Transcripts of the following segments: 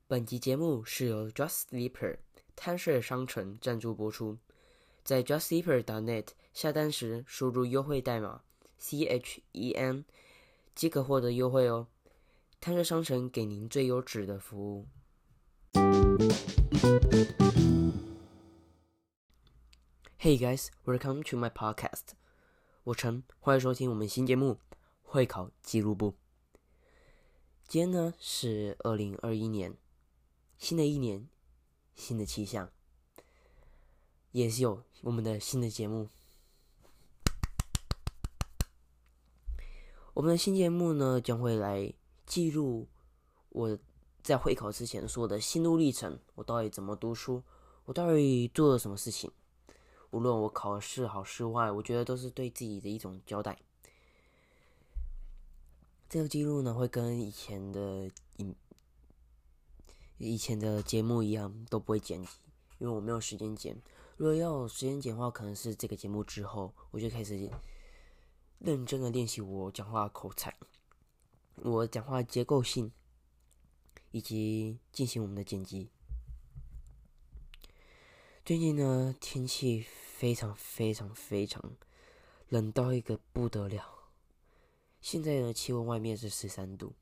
本集节目是由 Just Sleeper 贪睡商城赞助播出。在 justsleeper.net 下单时输入优惠代码 CHEN 即可获得优惠哦。贪睡商城给您最优质的服务。Hey guys, welcome to my podcast. 我陈，欢迎收听我们新节目会考记录簿。今天呢是2021年，新的一年，新的气象，也是有我们的新的节目。我们的新节目呢将会来记录我在会考之前说的心路历程，我到底怎么读书，我到底做了什么事情。无论我考试好是坏，我觉得都是对自己的一种交代。这个记录呢会跟以前的节目一样，都不会剪辑，因为我没有时间剪。如果要有时间剪的话，可能是这个节目之后，我就开始认真的练习我讲话的口才，我讲话的结构性，以及进行我们的剪辑。最近呢，天气非常冷到一个不得了。现在呢，气温外面是13度。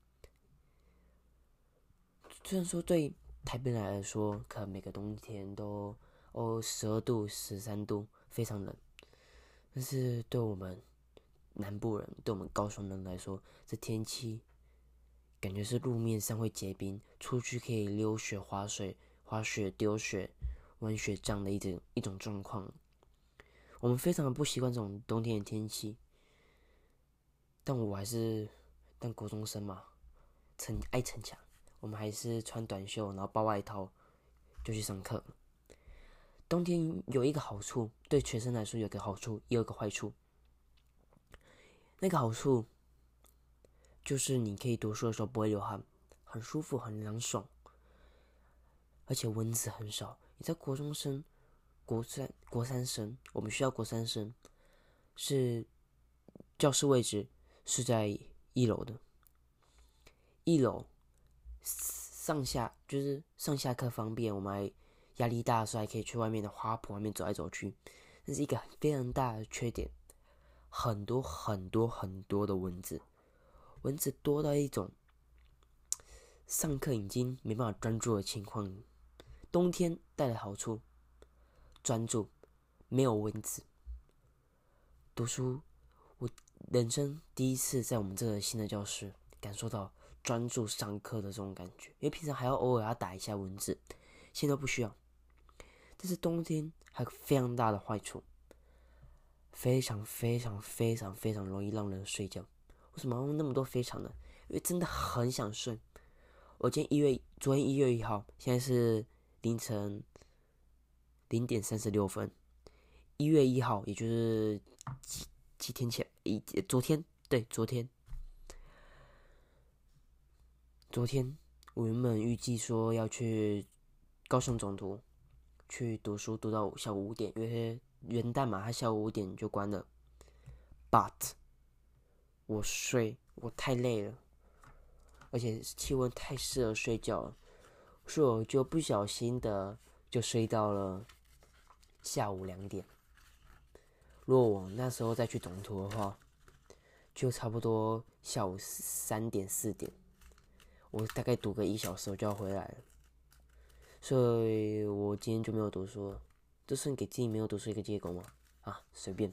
虽然说对台北来说，可能每个冬天都12度、13度，非常冷。但是对我们南部人，对我们高雄人来说，这天气感觉是路面上会结冰，出去可以溜雪、滑雪、丢雪、玩雪仗的一种状况。我们非常的不习惯这种冬天的天气，但国中生嘛，爱逞强，我们还是穿短袖，然后包外套就去上课。冬天有一个好处，对学生来说有一个好处，也有一个坏处。那个好处就是你可以读书的时候不会流汗，很舒服，很凉爽，而且蚊子很少。你在国中生、国三生，我们学校国三生是教室位置是在1楼的，1楼上下课方便，我们还压力大的时候还可以去外面的花圃外面走来走去。但是一个非常大的缺点，很多的蚊子多到一种上课已经没办法专注的情况。冬天带来好处，专注，没有蚊子。读书，我人生第一次在我们这个新的教室感受到专注上课的这种感觉，因为平常还要偶尔要打一下蚊子，现在都不需要。但是冬天还有非常大的坏处，非常容易让人睡觉。为什么要用那么多非常呢？因为真的很想睡。昨天1月1号，现在是凌晨0点36分。1月1号，也就是几天前，昨天，我原本预计说要去高雄总图去读书，读到下午5点，因为元旦嘛，它下午5点就关了。But 我太累了，而且气温太适合睡觉了，所以我就不小心的就睡到了下午2点。如果我那时候再去总图的话，就差不多下午3点4点，我大概读个1小时我就要回来了。所以我今天就没有读书了，这算给自己没有读书一个借口吗？随便。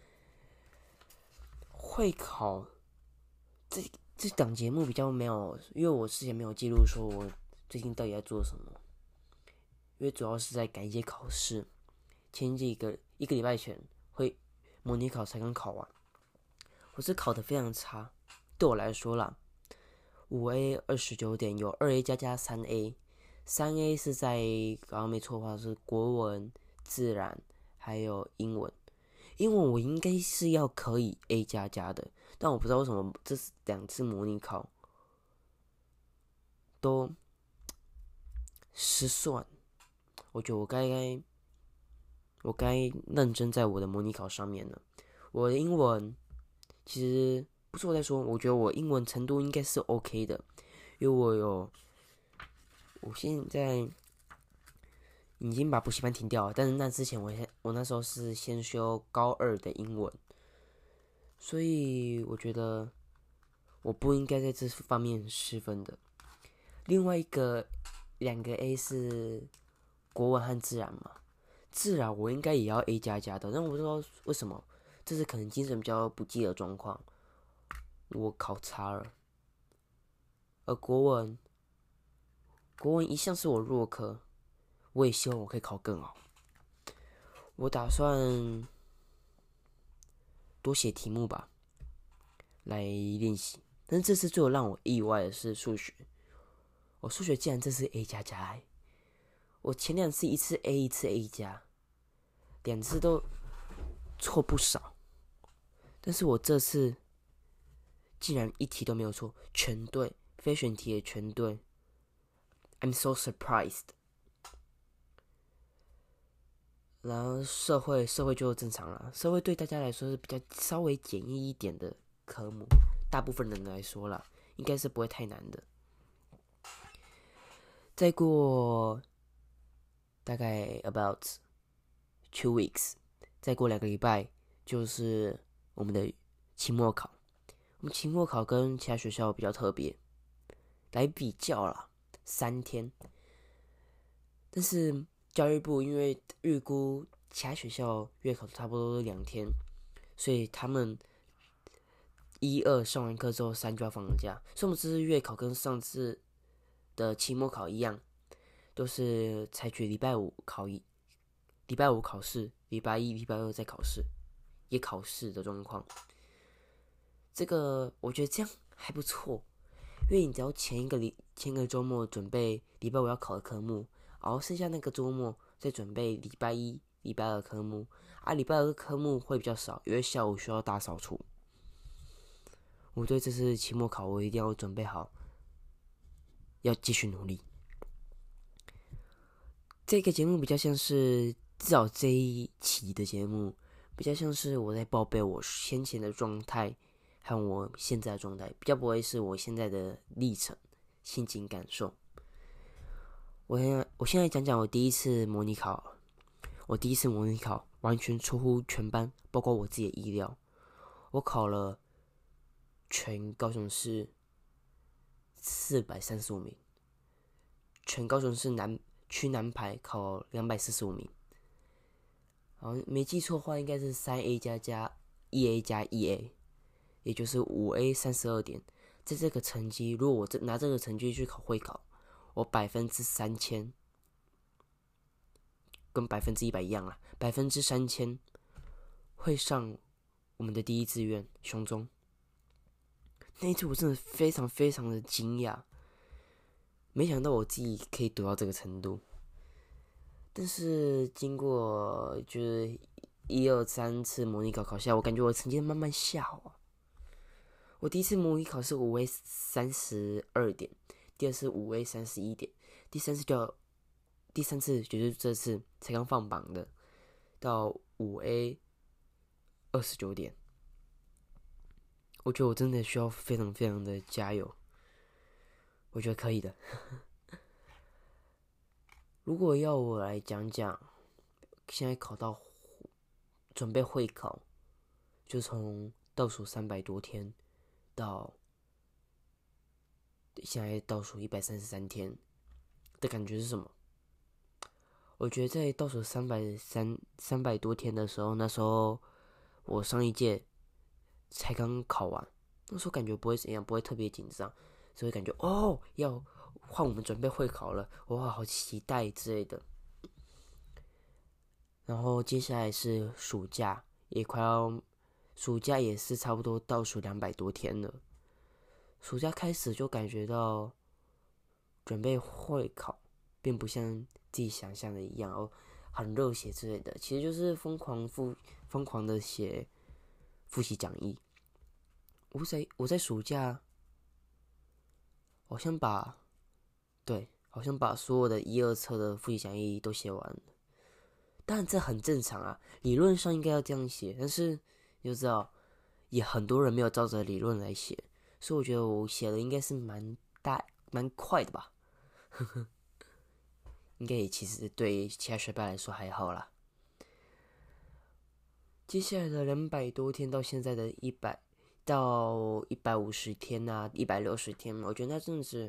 会考这档节目比较没有，因为我之前没有记录说我最近到底在做什么，因为主要是在赶一些考试。前一个礼拜前会模拟考才刚考完，我是考得非常差。对我来说啦，5A 29点，有2A 加 3A。3A 是在刚刚没错的话是国文、自然还有英文。英文我应该是要可以 A 加的，但我不知道为什么这2次模拟考都失算。我觉得我该认真在我的模拟考上面了。我的英文其实不是我在说，我觉得我英文程度应该是 OK 的，因为我有我现在已经把补习班停掉了，但是那之前我那时候是先修高2的英文，所以我觉得我不应该在这方面失分的。另外2个 A 是国文和自然嘛，自然我应该也要 A 加加的，但我不知道为什么，这是可能精神比较不济的状况，我考差了。而国文一向是我弱科，我也希望我可以考更好。我打算多写题目吧，来练习。但是这次最有让我意外的是数学，我数学竟然这次 A 加加，我前2次一次 A 一次 A 加，2次都错不少，但是我这次竟然一题都没有错，全对，非选题也全对。I'm so surprised。然后社会就正常了，社会对大家来说是比较稍微简易一点的科目，大部分人来说啦，应该是不会太难的。再过大概 about 2 weeks， 再过2个礼拜就是我们的期末考。我们期末考跟其他学校比较特别，来比较啦，3天。但是教育部因为预估其他学校月考差不多2天，所以他们1、2上完课之后3就要放假，所以我们这次月考跟上次的期末考一样，都是采取礼拜五考试，礼拜1、礼拜2再考试，也考试的状况。这个我觉得这样还不错，因为你只要前一个周末准备礼拜5要考的科目，然后剩下那个周末再准备礼拜1、礼拜2的科目啊。礼拜2的科目会比较少，因为下午需要大扫除。我对这次期末考我一定要准备好，要继续努力。这个节目比较像是，至少这一期的节目比较像是我在报备我先前的状态和我现在的状态，比较不会是我现在的历程、心情感受。我现在讲讲我第一次模拟考。我第一次模拟考完全出乎全班，包括我自己的意料。我考了全高雄市435名，全高雄市区南排考245名。好像没记错的话，应该是3A 加 1A 加 1A， 也就是5A 32点。在这个成绩，如果我拿这个成绩去考会考，我3000%跟100%一样啦，3000%会上我们的第1志愿雄中。那一次我真的非常非常的惊讶，没想到我自己可以读到这个程度。但是经过就是1、2、3次模拟考下来，我感觉我成绩慢慢下滑。我第一次模拟考是5A 32点，第2次5A 31点，第三次就是这次才刚放榜的，到5A 29点。我觉得我真的需要非常非常的加油，我觉得可以的。如果要我来讲讲，现在考到准备会考，就从倒数300多天到现在倒数133天的感觉是什么？我觉得在倒数300多天的时候，那时候我上一届才刚考完，那时候感觉不会怎样，不会特别紧张，所以感觉要换我们准备会考了，哇，好期待之类的。然后接下来是暑假，暑假也是差不多倒数200多天了。暑假开始就感觉到准备会考，并不像自己想象的一样很热血之类的，其实就是疯狂的写复习讲义。我在暑假好像把所有的1、2册的复习讲义都写完了。当然这很正常啊，理论上应该要这样写，但是你就知道，也很多人没有照着理论来写，所以我觉得我写的应该是蛮快的吧。 应该也其实对其他学霸来说还好啦。接下来的200多天到现在的100到150天啊，160天，我觉得那真的是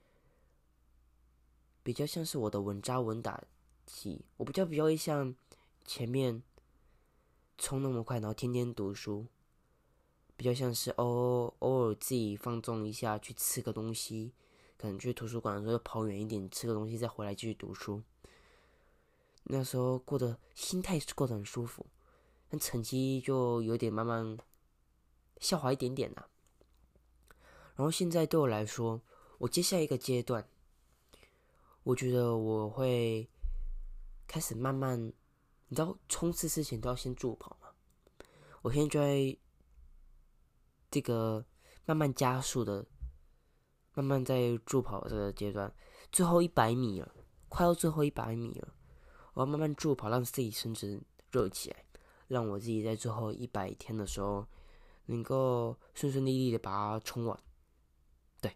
比较像是我的稳扎稳打期，我比较会像前面冲那么快，然后天天读书，比较像是偶尔自己放纵一下，去吃个东西，可能去图书馆的时候跑远一点，吃个东西再回来继续读书。那时候心态过得很舒服，但成绩就有点慢慢下滑一点点啦。然后现在对我来说，我接下来一个阶段，我觉得我会开始慢慢，你知道冲刺之前都要先助跑嘛。我现在就在这个慢慢加速的，慢慢在助跑这个阶段，最后100米了，快到最后100米了，我要慢慢助跑，让自己身子热起来，让我自己在最后100天的时候，能够顺顺利利的把它冲完。对，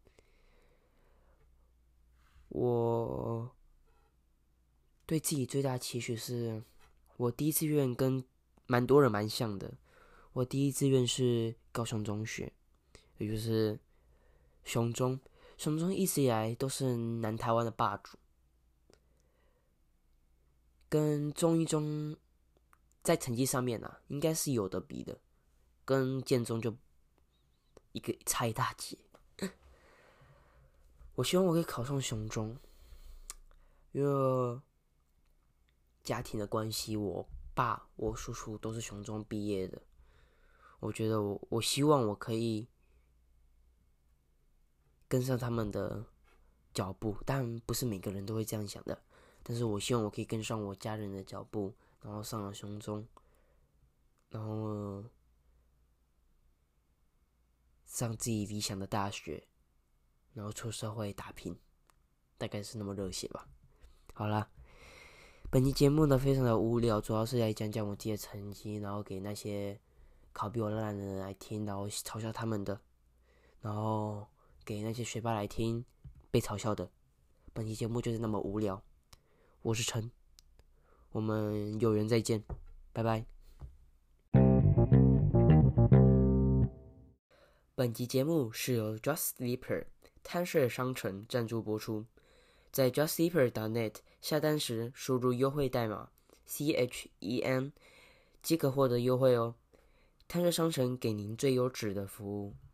我对自己最大的期许是，我第一志愿跟蛮多人蛮像的。我第一志愿是高雄中学，也就是雄中。雄中一直以来都是南台湾的霸主，跟中一中在成绩上面啊，应该是有的比的，跟建中就差一大截。我希望我可以考上雄中，因为家庭的关系，我爸、我叔叔都是雄中毕业的。我觉得我希望我可以跟上他们的脚步，但不是每个人都会这样想的。但是我希望我可以跟上我家人的脚步，然后上了雄中，然后上自己理想的大学，然后出社会打拼，大概是那么热血吧。好啦，本期节目呢非常的无聊，主要是来讲讲我自己的成绩，然后给那些考比我烂的人来听，然后嘲笑他们的，然后给那些学霸来听，被嘲笑的。本期节目就是那么无聊。我是陈，我们有缘再见，拜拜。本集节目是由 Just Sleeper 贪睡商城赞助播出。在 justsleeper.net 下单时输入优惠代码 CHEN 即可获得优惠哦。贪睡商城给您最优质的服务。